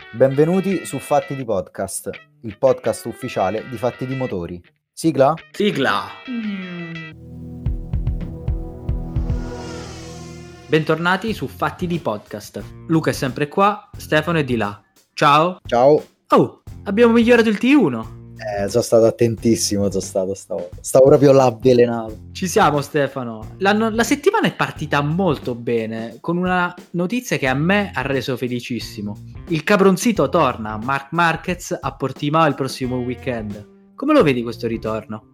Benvenuti su Fatti di Podcast, il podcast ufficiale di Fatti di Motori. Sigla? Sigla! Bentornati su Fatti di Podcast. Luca è sempre qua, Stefano è di là. Ciao! Ciao! Oh, abbiamo migliorato il T1! Sono stato attentissimo, stavo proprio là avvelenato. Ci siamo, Stefano. La settimana è partita molto bene, con una notizia che a me ha reso felicissimo. Il cabronzito torna, Marc Marquez, a Portimao il prossimo weekend. Come lo vedi questo ritorno?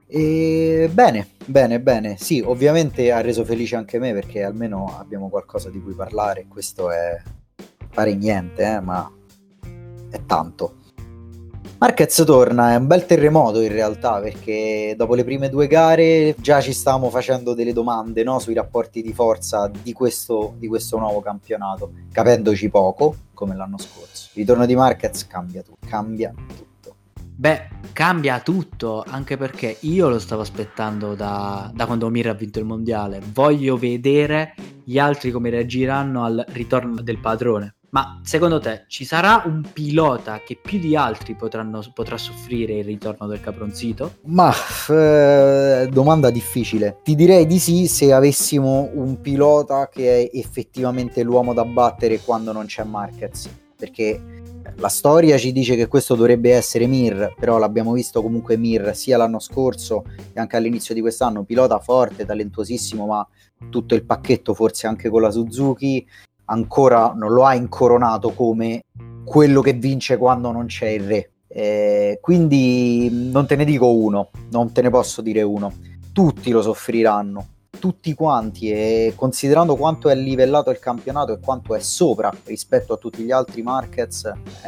Bene. Sì, ovviamente ha reso felice anche me perché almeno abbiamo qualcosa di cui parlare. Questo è fare niente, ma è tanto. Marquez torna, è un bel terremoto in realtà, perché dopo le prime due gare già ci stavamo facendo delle domande, no, sui rapporti di forza di questo nuovo campionato, capendoci poco come l'anno scorso. Il ritorno di Marquez cambia tutto. Beh, cambia tutto, anche perché io lo stavo aspettando da quando Mir ha vinto il mondiale. Voglio vedere gli altri come reagiranno al ritorno del padrone. Ma secondo te ci sarà un pilota che più di altri potrà soffrire il ritorno del capronzito? Ma domanda difficile. Ti direi di sì se avessimo un pilota che è effettivamente l'uomo da battere quando non c'è Marquez, perché la storia ci dice che questo dovrebbe essere Mir, però l'abbiamo visto comunque Mir sia l'anno scorso e anche all'inizio di quest'anno, pilota forte, talentuosissimo, ma tutto il pacchetto forse anche con la Suzuki ancora non lo ha incoronato come quello che vince quando non c'è il re. Quindi non te ne dico uno, non te ne posso dire uno, tutti lo soffriranno, tutti quanti, e considerando quanto è livellato il campionato e quanto è sopra rispetto a tutti gli altri Marquez,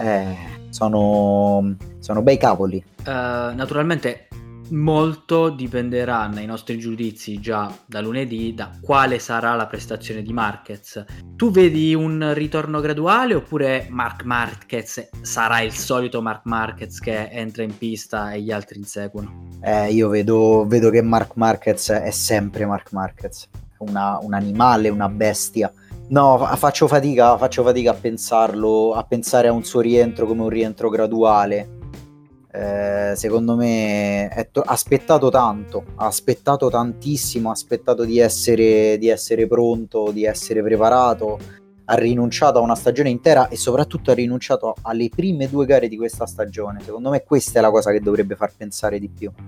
sono bei cavoli. Naturalmente molto dipenderà nei nostri giudizi già da lunedì da quale sarà la prestazione di Marquez. Tu vedi un ritorno graduale oppure Marc Marquez sarà il solito Marc Marquez che entra in pista e gli altri inseguono? Io vedo che Marc Marquez è sempre Marc Marquez, un animale, una bestia. No, faccio fatica a pensarlo, a pensare a un suo rientro come un rientro graduale. Secondo me ha aspettato tanto, ha aspettato tantissimo, ha aspettato di essere pronto, di essere preparato, ha rinunciato a una stagione intera e soprattutto ha rinunciato alle prime due gare di questa stagione. Secondo me questa è la cosa che dovrebbe far pensare di più.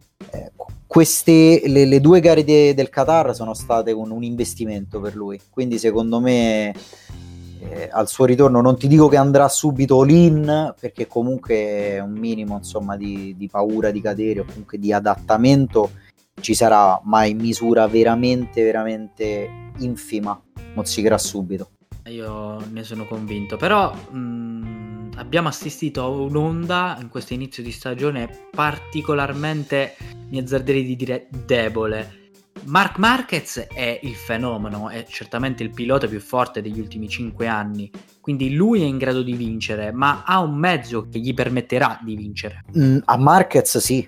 Le due gare del Qatar sono state un investimento per lui, quindi secondo me al suo ritorno non ti dico che andrà subito all-in, perché comunque un minimo insomma di paura di cadere o comunque di adattamento ci sarà, ma in misura veramente infima mozzicherà subito. Io ne sono convinto, però abbiamo assistito a un'onda in questo inizio di stagione particolarmente, mi azzarderei di dire, debole. Marc Marquez è il fenomeno, è certamente il pilota più forte degli ultimi 5 anni, quindi lui è in grado di vincere, ma ha un mezzo che gli permetterà di vincere. A Marquez sì.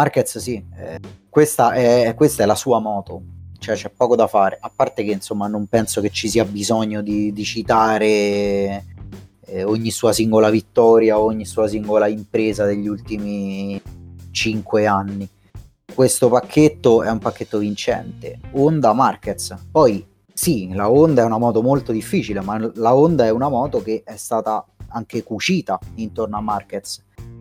Questa è la sua moto, cioè c'è poco da fare, a parte che insomma non penso che ci sia bisogno di citare ogni sua singola vittoria, ogni sua singola impresa degli ultimi 5 anni. Questo pacchetto è un pacchetto vincente, Honda Marquez. Poi sì, la Honda è una moto molto difficile, ma la Honda è una moto che è stata anche cucita intorno a Marquez,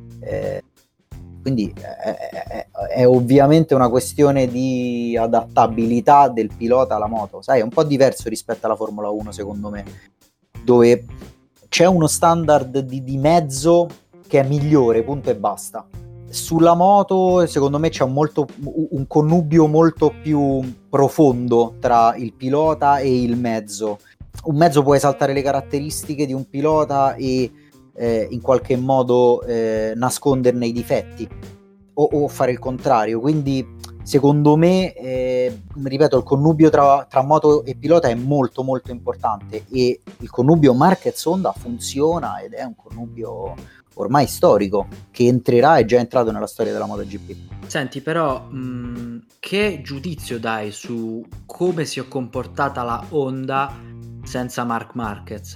quindi è ovviamente una questione di adattabilità del pilota alla moto. Sai, è un po' diverso rispetto alla Formula 1 secondo me, dove c'è uno standard di mezzo che è migliore, punto e basta. Sulla moto secondo me c'è un connubio molto più profondo tra il pilota e il mezzo. Un mezzo può esaltare le caratteristiche di un pilota e in qualche modo nasconderne i difetti o fare il contrario, quindi secondo me ripeto, il connubio tra moto e pilota è molto importante, e il connubio Marquez-Honda funziona ed è un connubio ormai storico che è già entrato nella storia della MotoGP. Senti, però che giudizio dai su come si è comportata la Honda senza Marc Marquez?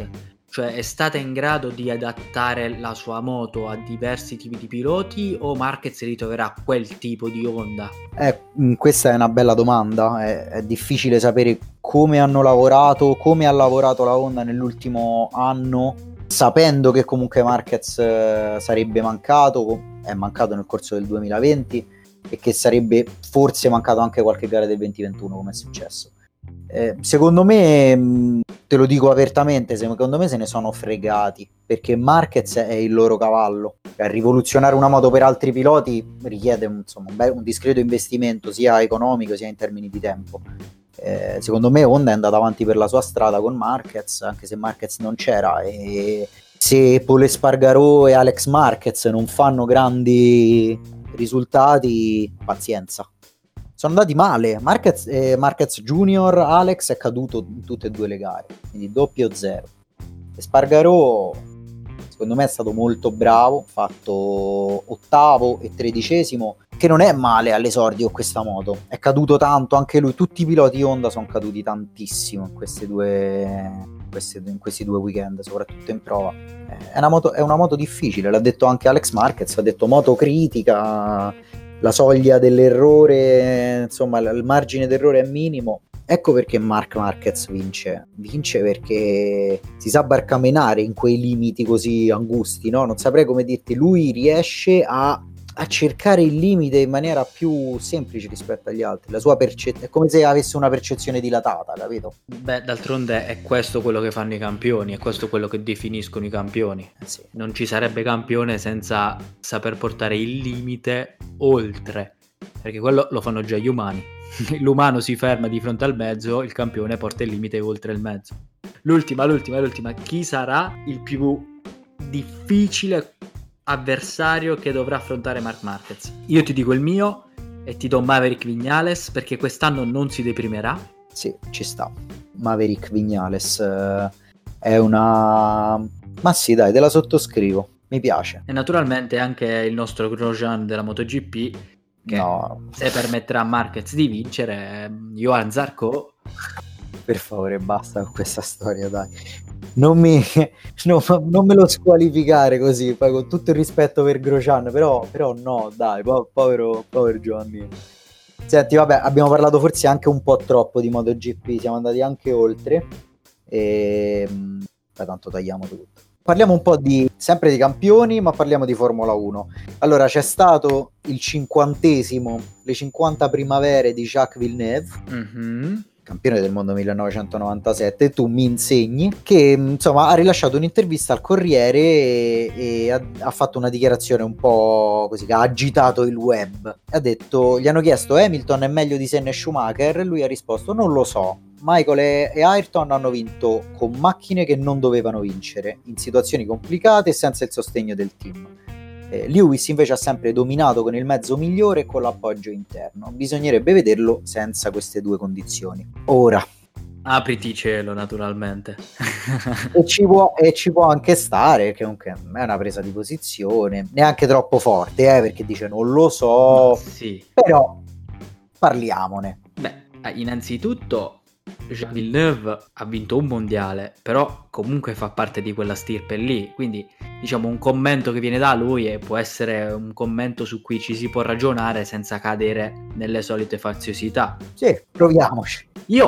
Cioè è stata in grado di adattare la sua moto a diversi tipi di piloti, o Marquez ritroverà quel tipo di Honda? Questa è una bella domanda, è difficile sapere come hanno lavorato, come ha lavorato la Honda nell'ultimo anno, sapendo che comunque Marquez sarebbe mancato, è mancato nel corso del 2020 e che sarebbe forse mancato anche qualche gara del 2021 come è successo. Secondo me, te lo dico apertamente, secondo me se ne sono fregati, perché Marquez è il loro cavallo. Rivoluzionare una moto per altri piloti richiede un discreto investimento sia economico sia in termini di tempo. Secondo me Honda è andata avanti per la sua strada con Marquez, anche se Marquez non c'era, e se Paul Espargaró e Alex Marquez non fanno grandi risultati, pazienza. Sono andati male. Marquez Junior, Alex è caduto in tutte e due le gare, quindi 0-0. Espargaró secondo me è stato molto bravo, fatto 8º e 13º, che non è male all'esordio con questa moto. È caduto tanto anche lui, tutti i piloti Honda sono caduti tantissimo in questi due weekend, soprattutto in prova. È una moto difficile, l'ha detto anche Alex Marquez, ha detto moto critica, la soglia dell'errore, insomma il margine d'errore è minimo. Ecco perché Marc Marquez vince perché si sa barcamenare in quei limiti così angusti, no? Non saprei come dirti, lui riesce a cercare il limite in maniera più semplice rispetto agli altri. La sua è come se avesse una percezione dilatata, capito? Beh, d'altronde è questo quello che fanno i campioni, è questo quello che definiscono i campioni. Sì. Non ci sarebbe campione senza saper portare il limite oltre, perché quello lo fanno già gli umani. L'umano si ferma di fronte al mezzo, il campione porta il limite oltre il mezzo. L'ultima, chi sarà il più difficile avversario che dovrà affrontare Marc Marquez? Io ti dico il mio e ti do Maverick Viñales, perché quest'anno non si deprimerà. Sì, ci sta. Maverick Viñales è una... Ma sì, dai, te la sottoscrivo, mi piace. E naturalmente anche il nostro Grosjean della MotoGP, che se permetterà a Marquez di vincere, Johan Zarco. Per favore, basta con questa storia, dai. Non me lo squalificare così, poi con tutto il rispetto per Grosjean, però no, dai, povero Giovanni. Senti, vabbè, abbiamo parlato forse anche un po' troppo di MotoGP, siamo andati anche oltre e tanto tagliamo tutto. Parliamo un po' sempre di campioni, ma parliamo di Formula 1. Allora, c'è stato il 50°, le 50 primavere di Jacques Villeneuve, campione del mondo 1997, e tu mi insegni che insomma ha rilasciato un'intervista al Corriere e ha fatto una dichiarazione un po' così che ha agitato il web. Ha detto, gli hanno chiesto Hamilton è meglio di Senna e Schumacher e lui ha risposto non lo so. Michael e Ayrton hanno vinto con macchine che non dovevano vincere, in situazioni complicate e senza il sostegno del team. Lewis invece ha sempre dominato con il mezzo migliore e con l'appoggio interno. Bisognerebbe vederlo senza queste due condizioni. Ora, apriti cielo, naturalmente. e ci può anche stare, che comunque è una presa di posizione neanche troppo forte, perché dice non lo so, sì. Però parliamone. Beh, innanzitutto Jacques Villeneuve ha vinto un mondiale, però comunque fa parte di quella stirpe lì, quindi diciamo un commento che viene da lui può essere un commento su cui ci si può ragionare senza cadere nelle solite faziosità. Sì, proviamoci.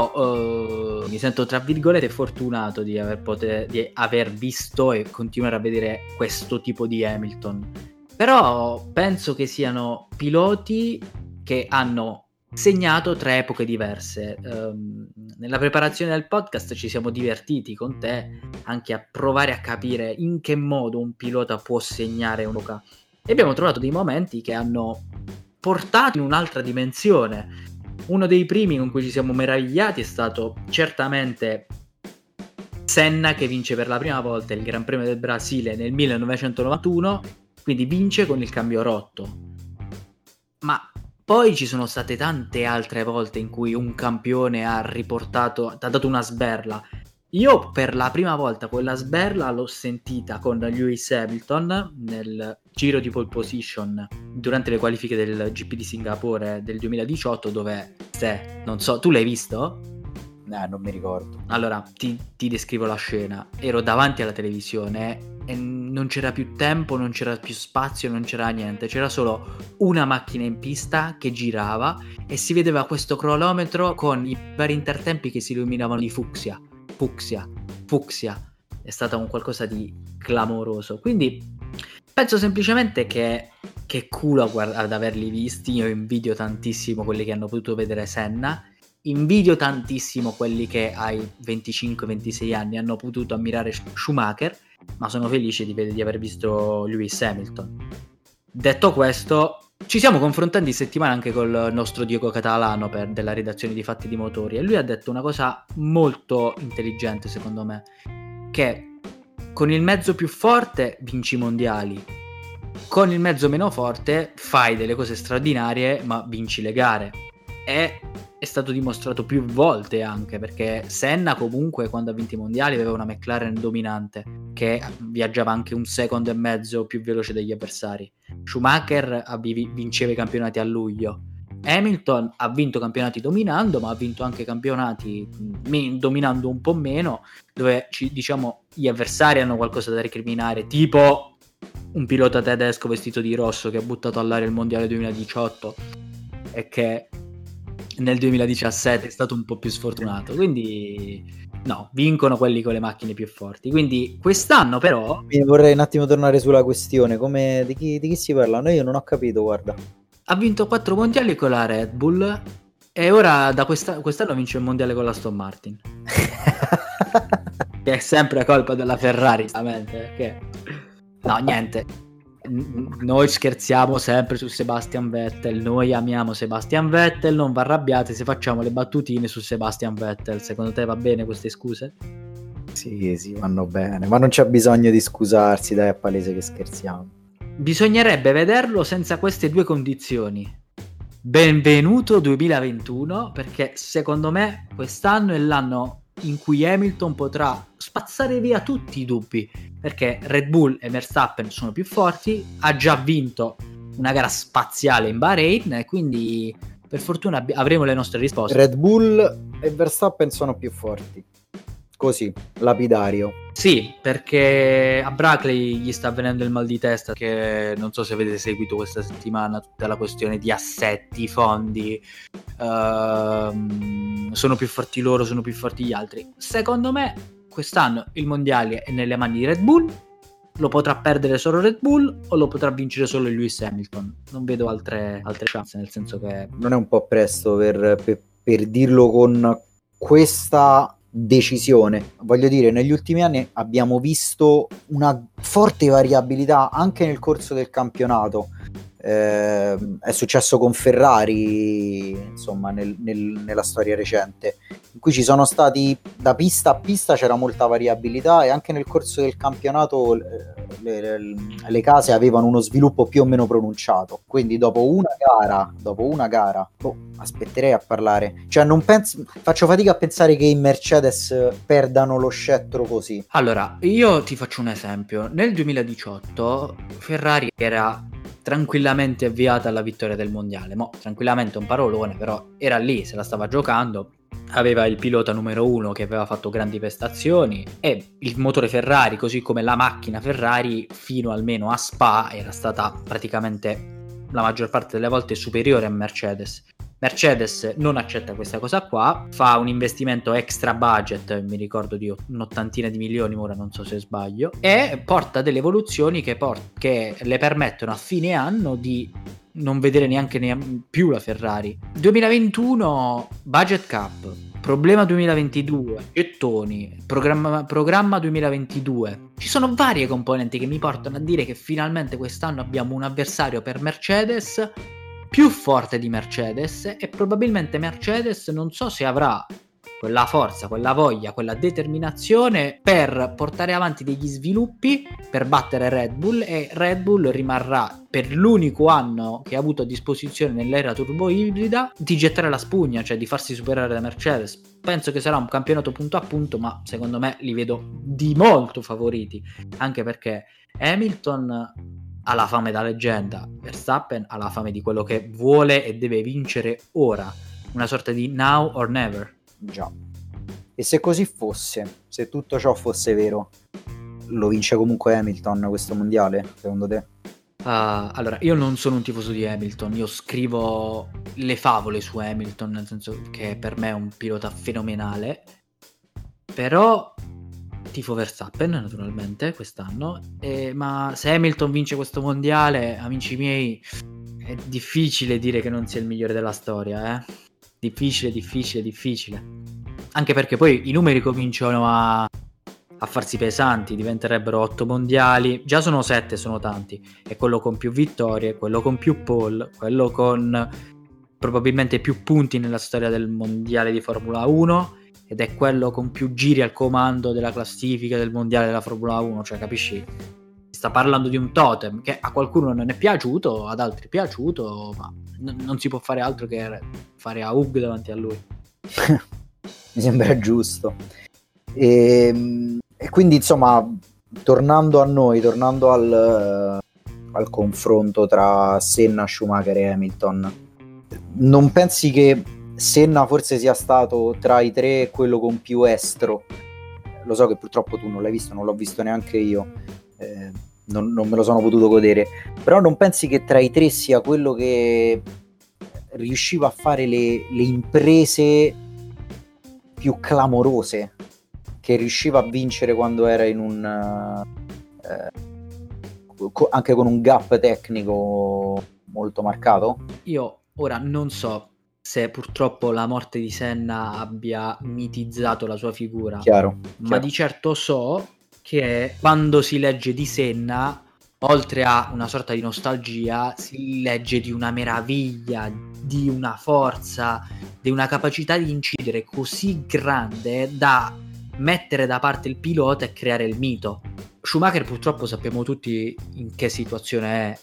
Io mi sento tra virgolette fortunato di aver visto e continuare a vedere questo tipo di Hamilton, però penso che siano piloti che hanno segnato tre epoche diverse. Nella preparazione del podcast ci siamo divertiti con te anche a provare a capire in che modo un pilota può segnare un'epoca, e abbiamo trovato dei momenti che hanno portato in un'altra dimensione. Uno dei primi con cui ci siamo meravigliati è stato certamente Senna, che vince per la prima volta il Gran Premio del Brasile nel 1991, quindi vince con il cambio rotto. Ma poi ci sono state tante altre volte in cui un campione ha dato una sberla. Io per la prima volta quella sberla l'ho sentita con Lewis Hamilton nel giro di pole position durante le qualifiche del GP di Singapore del 2018, dove non so, tu l'hai visto? Non mi ricordo. Allora, ti descrivo la scena. Ero davanti alla televisione e non c'era più tempo, non c'era più spazio, non c'era niente. C'era solo una macchina in pista che girava e si vedeva questo cronometro con i vari intertempi che si illuminavano di fucsia. È stato un qualcosa di clamoroso. Quindi penso semplicemente che culo ad averli visti. Io invidio tantissimo quelli che hanno potuto vedere Senna. Invidio tantissimo quelli che ai 25-26 anni hanno potuto ammirare Schumacher, ma sono felice di aver visto Lewis Hamilton. Detto questo, ci siamo confrontati in settimana anche col nostro Diego Catalano della redazione di Fatti di Motori, e lui ha detto una cosa molto intelligente secondo me, che con il mezzo più forte vinci i mondiali, con il mezzo meno forte fai delle cose straordinarie ma vinci le gare. E è stato dimostrato più volte, anche perché Senna comunque quando ha vinto i mondiali aveva una McLaren dominante che viaggiava anche 1,5 secondi più veloce degli avversari. Schumacher vinceva i campionati a luglio. Hamilton ha vinto campionati dominando, ma ha vinto anche campionati dominando un po' meno, dove diciamo gli avversari hanno qualcosa da recriminare, tipo un pilota tedesco vestito di rosso che ha buttato all'aria il mondiale 2018 e che nel 2017 è stato un po' più sfortunato. Quindi no, vincono quelli con le macchine più forti. Quindi quest'anno però vorrei un attimo tornare sulla questione, di chi si parla? No, io non ho capito, guarda. Ha vinto 4 mondiali con la Red Bull e ora da quest'anno vince il mondiale con la Aston Martin. Che è sempre colpa della Ferrari, perché no, niente. Noi scherziamo sempre su Sebastian Vettel, noi amiamo Sebastian Vettel, non vi arrabbiate se facciamo le battutine su Sebastian Vettel. Secondo te va bene queste scuse? Sì, vanno bene, ma non c'è bisogno di scusarsi, dai, è palese che scherziamo. Bisognerebbe vederlo senza queste due condizioni. Benvenuto 2021, perché secondo me quest'anno è l'anno in cui Hamilton potrà spazzare via tutti i dubbi, perché Red Bull e Verstappen sono più forti, ha già vinto una gara spaziale in Bahrain e quindi per fortuna avremo le nostre risposte. Red Bull e Verstappen sono più forti, così, lapidario. Sì, perché a Brackley gli sta venendo il mal di testa, che non so se avete seguito questa settimana tutta la questione di assetti, fondi, sono più forti loro, sono più forti gli altri. Secondo me quest'anno il mondiale è nelle mani di Red Bull, lo potrà perdere solo Red Bull o lo potrà vincere solo Lewis Hamilton. Non vedo altre chance, nel senso che non è un po' presto per dirlo con questa decisione. Voglio dire, negli ultimi anni abbiamo visto una forte variabilità anche nel corso del campionato. È successo con Ferrari, insomma, nella storia recente, in cui ci sono stati, da pista a pista c'era molta variabilità, e anche nel corso del campionato le case avevano uno sviluppo più o meno pronunciato. Quindi dopo una gara aspetterei a parlare, cioè non penso, faccio fatica a pensare che i Mercedes perdano lo scettro così. Allora, io ti faccio un esempio. Nel 2018 Ferrari era tranquillamente avviata alla vittoria del mondiale. Tranquillamente è un parolone, però era lì, se la stava giocando, aveva il pilota numero 1 che aveva fatto grandi prestazioni, e il motore Ferrari, così come la macchina Ferrari, fino almeno a Spa era stata praticamente la maggior parte delle volte superiore a Mercedes. Mercedes non accetta questa cosa qua, fa un investimento extra budget, mi ricordo di un'ottantina di milioni, ora non so se sbaglio, e porta delle evoluzioni che le permettono a fine anno di non vedere neanche più la Ferrari. 2021 budget cap, problema 2022, gettoni, programma 2022. Ci sono varie componenti che mi portano a dire che finalmente quest'anno abbiamo un avversario per Mercedes più forte di Mercedes, e probabilmente Mercedes non so se avrà quella forza, quella voglia, quella determinazione per portare avanti degli sviluppi per battere Red Bull, e Red Bull rimarrà per l'unico anno che ha avuto a disposizione nell'era turbo ibrida di gettare la spugna, cioè di farsi superare da Mercedes. Penso che sarà un campionato punto a punto, ma secondo me li vedo di molto favoriti, anche perché Hamilton ha la fame da leggenda, Verstappen ha la fame di quello che vuole e deve vincere ora, una sorta di now or never. Già. E se così fosse, se tutto ciò fosse vero, lo vince comunque Hamilton questo mondiale, secondo te? Allora, io non sono un tifoso di Hamilton, io scrivo le favole su Hamilton, nel senso che per me è un pilota fenomenale, però tifo Verstappen naturalmente quest'anno, ma se Hamilton vince questo mondiale, amici miei, è difficile dire che non sia il migliore della storia, difficile, anche perché poi i numeri cominciano a farsi pesanti, diventerebbero 8 mondiali, già sono 7, sono tanti, e quello con più vittorie, quello con più pole, quello con probabilmente più punti nella storia del mondiale di Formula 1, ed è quello con più giri al comando della classifica del mondiale della Formula 1, cioè capisci? Si sta parlando di un totem che a qualcuno non è piaciuto, ad altri è piaciuto, ma non si può fare altro che fare a Hug davanti a lui. Mi sembra giusto. E quindi insomma, tornando al confronto tra Senna, Schumacher e Hamilton, non pensi che Senna forse sia stato tra i tre quello con più estro? Lo so che purtroppo tu non l'hai visto, non l'ho visto neanche io, non me lo sono potuto godere, però non pensi che tra i tre sia quello che riusciva a fare le imprese più clamorose, che riusciva a vincere quando era in un anche con un gap tecnico molto marcato? Io ora non so se purtroppo la morte di Senna abbia mitizzato la sua figura, Chiaro. ma di certo so che quando si legge di Senna, oltre a una sorta di nostalgia, si legge di una meraviglia, di una forza, di una capacità di incidere così grande da mettere da parte il pilota e creare il mito. Schumacher purtroppo sappiamo tutti in che situazione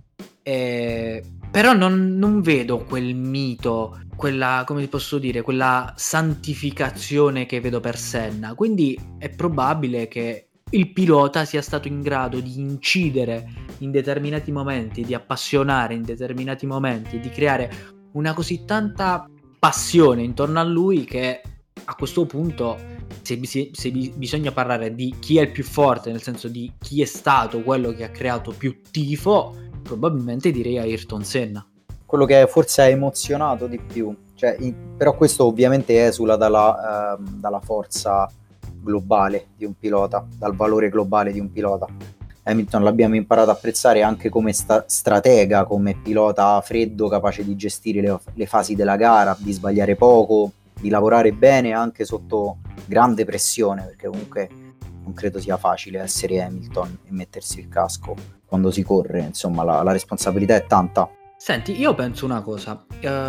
è, però non vedo quel mito, quella, come posso dire, quella santificazione che vedo per Senna, quindi è probabile che il pilota sia stato in grado di incidere in determinati momenti, di appassionare in determinati momenti, di creare una così tanta passione intorno a lui che a questo punto, se bisogna parlare di chi è il più forte, nel senso di chi è stato quello che ha creato più tifo, probabilmente direi Ayrton Senna. Quello che forse ha emozionato di più, cioè, però questo ovviamente esula dalla forza globale di un pilota, dal valore globale di un pilota. Hamilton l'abbiamo imparato a apprezzare anche come stratega, come pilota freddo, capace di gestire le fasi della gara, di sbagliare poco, di lavorare bene anche sotto grande pressione, perché comunque non credo sia facile essere Hamilton e mettersi il casco quando si corre, insomma la responsabilità è tanta. Senti, io penso una cosa,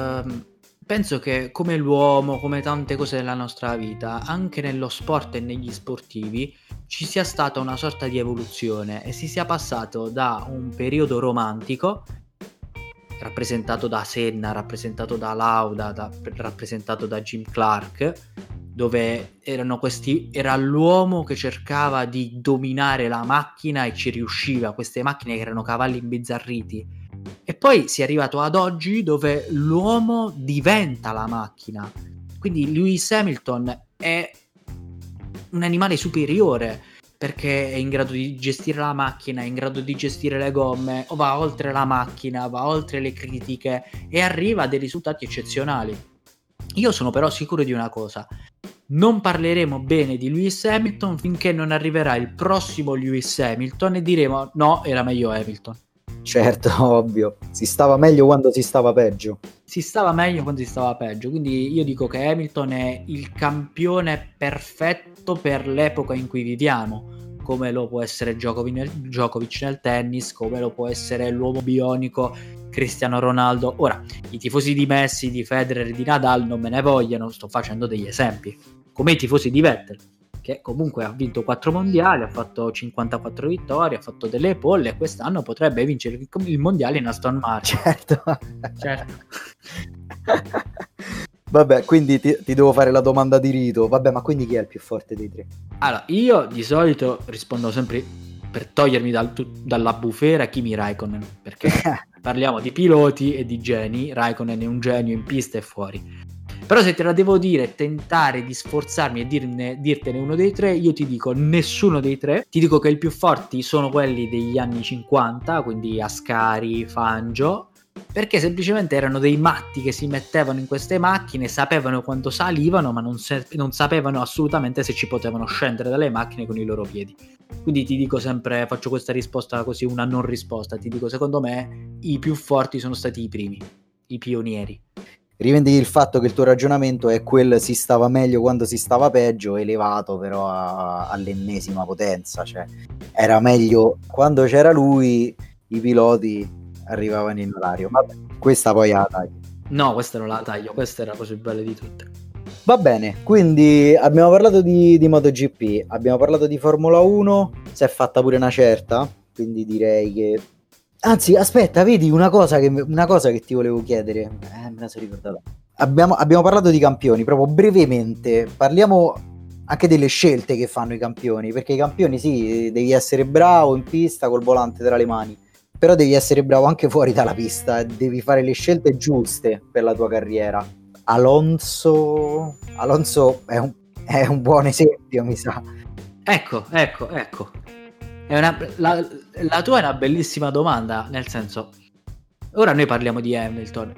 penso che come l'uomo, come tante cose della nostra vita, anche nello sport e negli sportivi ci sia stata una sorta di evoluzione e si sia passato da un periodo romantico rappresentato da Senna, rappresentato da Lauda, rappresentato da Jim Clark, dove era l'uomo che cercava di dominare la macchina e ci riusciva, queste macchine che erano cavalli imbizzarriti. E poi si è arrivato ad oggi dove l'uomo diventa la macchina. Quindi Lewis Hamilton è un animale superiore perché è in grado di gestire la macchina, è in grado di gestire le gomme, o va oltre la macchina, va oltre le critiche e arriva a dei risultati eccezionali. Io sono però sicuro di una cosa: non parleremo bene di Lewis Hamilton finché non arriverà il prossimo Lewis Hamilton e diremo no, era meglio Hamilton. Certo, ovvio, si stava meglio quando si stava peggio. Si stava meglio quando si stava peggio, quindi io dico che Hamilton è il campione perfetto per l'epoca in cui viviamo, come lo può essere Djokovic nel tennis, come lo può essere l'uomo bionico Cristiano Ronaldo. Ora, i tifosi di Messi, di Federer e di Nadal non me ne vogliano, sto facendo degli esempi, come i tifosi di Vettel, che comunque ha vinto 4 mondiali, ha fatto 54 vittorie, ha fatto delle pole e quest'anno potrebbe vincere il mondiale in Aston Martin. Certo. Vabbè, quindi ti devo fare la domanda di rito. Vabbè, ma quindi chi è il più forte dei tre? Allora, io di solito rispondo sempre, per togliermi dalla bufera, Kimi Raikkonen, perché parliamo di piloti e di geni. Raikkonen è un genio in pista e fuori. Però se te la devo dire, tentare di sforzarmi e dirtene uno dei tre, io ti dico nessuno dei tre. Ti dico che i più forti sono quelli degli anni 50, quindi Ascari, Fangio, perché semplicemente erano dei matti che si mettevano in queste macchine, sapevano quando salivano, ma non sapevano assolutamente se ci potevano scendere dalle macchine con i loro piedi. Quindi ti dico sempre, faccio questa risposta così, una non risposta, ti dico secondo me i più forti sono stati i primi, i pionieri. Rivendichi il fatto che il tuo ragionamento è quel si stava meglio quando si stava peggio, elevato però all'ennesima potenza, cioè era meglio quando c'era lui, i piloti arrivavano in orario. Vabbè, questa poi la taglio. No, questa non la taglio, questa era la cosa più bella di tutte. Va bene, quindi abbiamo parlato di MotoGP, abbiamo parlato di Formula 1, si è fatta pure una certa, quindi direi che... Anzi, aspetta, vedi una cosa che ti volevo chiedere, me la sono ricordata. Abbiamo parlato di campioni, proprio brevemente, parliamo anche delle scelte che fanno i campioni, perché i campioni sì, devi essere bravo in pista col volante tra le mani, però devi essere bravo anche fuori dalla pista, devi fare le scelte giuste per la tua carriera. Alonso è un buon esempio, mi sa. Ecco. La tua è una bellissima domanda, nel senso, ora noi parliamo di Hamilton.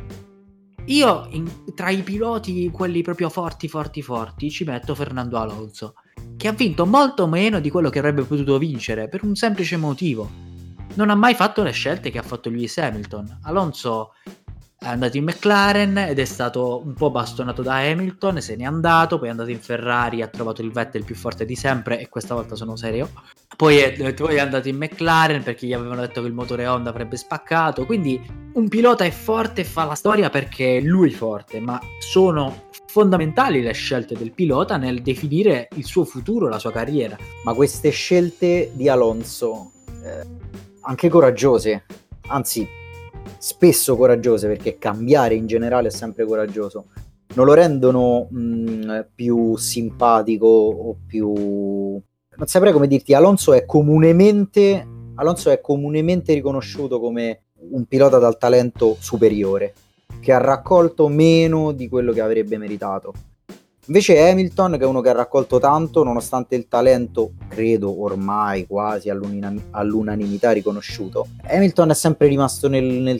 Io tra i piloti, quelli proprio forti, ci metto Fernando Alonso, che ha vinto molto meno di quello che avrebbe potuto vincere, per un semplice motivo. Non ha mai fatto le scelte che ha fatto Lewis Hamilton. Alonso è andato in McLaren ed è stato un po' bastonato da Hamilton, se n'è andato, poi è andato in Ferrari, ha trovato il Vettel più forte di sempre, e questa volta sono serio. Poi è andato in McLaren perché gli avevano detto che il motore Honda avrebbe spaccato. Quindi un pilota è forte e fa la storia perché lui è forte, ma sono fondamentali le scelte del pilota nel definire il suo futuro, la sua carriera. Ma queste scelte di Alonso, anche coraggiose, anzi spesso coraggiose, perché cambiare in generale è sempre coraggioso, non lo rendono più simpatico o più... Non saprei come dirti. Alonso è comunemente riconosciuto come un pilota dal talento superiore, che ha raccolto meno di quello che avrebbe meritato. Invece Hamilton, che è uno che ha raccolto tanto, nonostante il talento, credo ormai quasi all'unanimità riconosciuto, Hamilton è sempre rimasto nella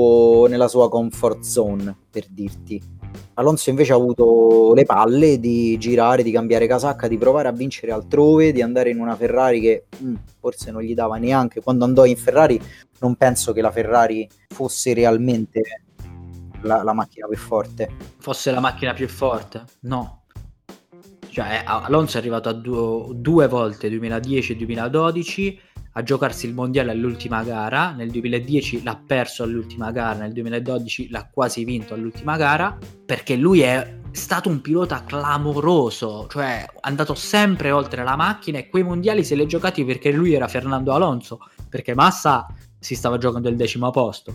sua comfort zone, per dirti. Alonso invece ha avuto le palle di girare, di cambiare casacca, di provare a vincere altrove, di andare in una Ferrari che forse non gli dava neanche. Quando andò in Ferrari non penso che la Ferrari fosse realmente la macchina più forte. Fosse la macchina più forte? No. Cioè Alonso è arrivato a due volte, 2010 e 2012, a giocarsi il mondiale all'ultima gara. Nel 2010 l'ha perso all'ultima gara, nel 2012 l'ha quasi vinto all'ultima gara, perché lui è stato un pilota clamoroso, cioè è andato sempre oltre la macchina, e quei mondiali se li è giocati perché lui era Fernando Alonso, perché Massa si stava giocando il 10° posto.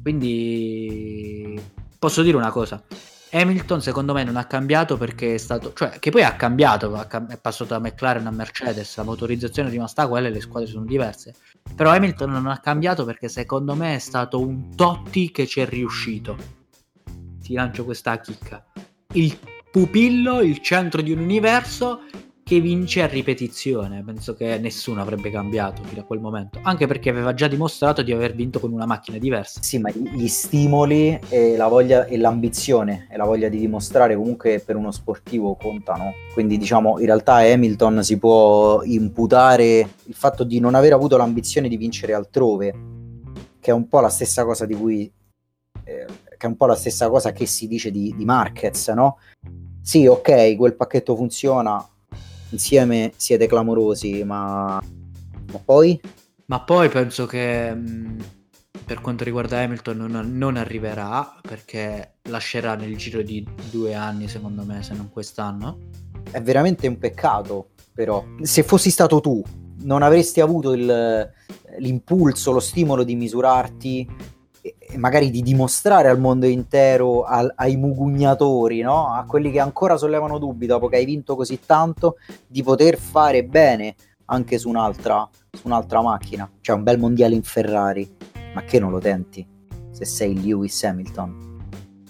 Quindi posso dire una cosa: Hamilton secondo me non ha cambiato perché è stato, cioè che poi ha cambiato, è passato da McLaren a Mercedes, la motorizzazione è rimasta quella e le squadre sono diverse, però Hamilton non ha cambiato perché secondo me è stato un Totti che ci è riuscito. Ti lancio questa chicca: il pupillo, il centro di un universo che vince a ripetizione. Penso che nessuno avrebbe cambiato fino a quel momento, anche perché aveva già dimostrato di aver vinto con una macchina diversa. Sì, ma gli stimoli e la voglia e l'ambizione e la voglia di dimostrare comunque per uno sportivo contano. Quindi diciamo, in realtà a Hamilton si può imputare il fatto di non aver avuto l'ambizione di vincere altrove, che è un po' la stessa cosa di cui che è un po' la stessa cosa che si dice di Marquez, no? Sì, ok, quel pacchetto funziona, insieme siete clamorosi, ma poi? Ma poi penso che per quanto riguarda Hamilton non arriverà, perché lascerà nel giro di 2 anni, secondo me, se non quest'anno. È veramente un peccato, però. Se fossi stato tu, non avresti avuto l'impulso, lo stimolo di misurarti e magari di dimostrare al mondo intero, ai mugugnatori, no? A quelli che ancora sollevano dubbi dopo che hai vinto così tanto, di poter fare bene anche su un'altra macchina. Cioè un bel mondiale in Ferrari, ma che non lo tenti se sei Lewis Hamilton?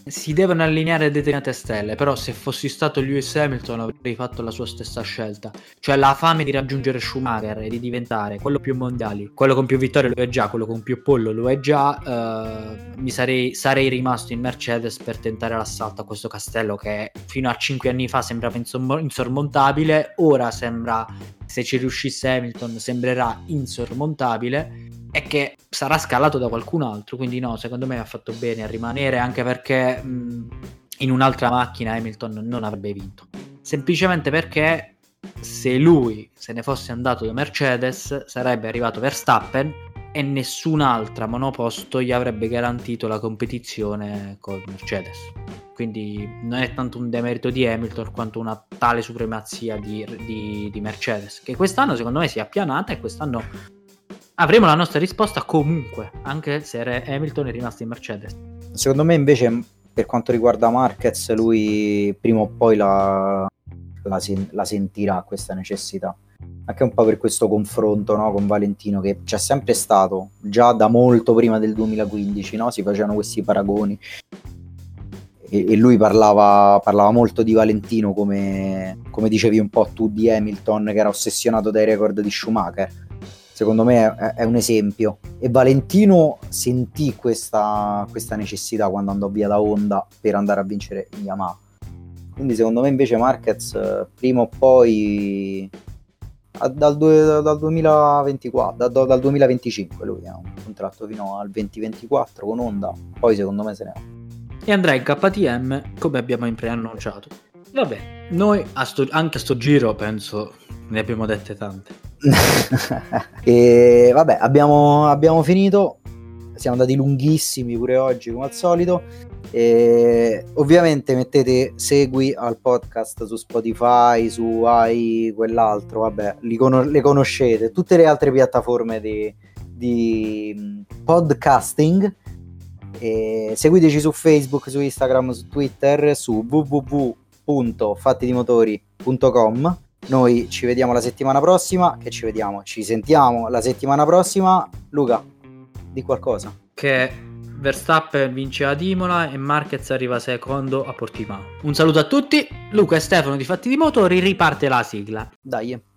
si devono allineare determinate stelle, però se fossi stato Lewis Hamilton avrei fatto la sua stessa scelta, cioè la fame di raggiungere Schumacher e di diventare quello più mondiali, quello con più vittorie lo è già, quello con più pollo lo è già. Sarei rimasto in Mercedes per tentare l'assalto a questo castello che fino a 5 anni fa sembrava insormontabile, ora sembra, se ci riuscisse Hamilton, sembrerà insormontabile, e che sarà scalato da qualcun altro. Quindi no, secondo me ha fatto bene a rimanere, anche perché in un'altra macchina Hamilton non avrebbe vinto, semplicemente perché se lui se ne fosse andato da Mercedes sarebbe arrivato Verstappen e nessun'altra monoposto gli avrebbe garantito la competizione con Mercedes. Quindi non è tanto un demerito di Hamilton quanto una tale supremazia di Mercedes, che quest'anno secondo me si è appianata, e quest'anno avremo la nostra risposta comunque, anche se Hamilton è rimasto in Mercedes. Secondo me invece, per quanto riguarda Marquez, lui prima o poi la sentirà questa necessità, anche un po' per questo confronto, no, con Valentino, che c'è sempre stato già da molto prima del 2015, no? Si facevano questi paragoni e lui parlava molto di Valentino, come dicevi un po' tu di Hamilton, che era ossessionato dai record di Schumacher. Secondo me è un esempio, e Valentino sentì questa necessità quando andò via da Honda per andare a vincere in Yamaha. Quindi secondo me invece Marquez prima o poi dal 2024, dal 2025 lui ha un contratto fino al 2024 con Honda, poi secondo me se ne va e andrà in KTM, come abbiamo preannunciato. Vabbè, noi anche a sto giro penso ne abbiamo dette tante. E vabbè, abbiamo finito, siamo andati lunghissimi pure oggi come al solito. E ovviamente mettete segui al podcast su Spotify, su quell'altro, vabbè, le conoscete, tutte le altre piattaforme di podcasting. E seguiteci su Facebook, su Instagram, su Twitter, su www.fattidimotori.com. Noi ci vediamo la settimana prossima, ci sentiamo la settimana prossima. Luca, di qualcosa. Che Verstappen vince ad Imola e Marquez arriva secondo a Portimao. Un saluto a tutti, Luca e Stefano di Fatti di Motori, riparte la sigla. Dai.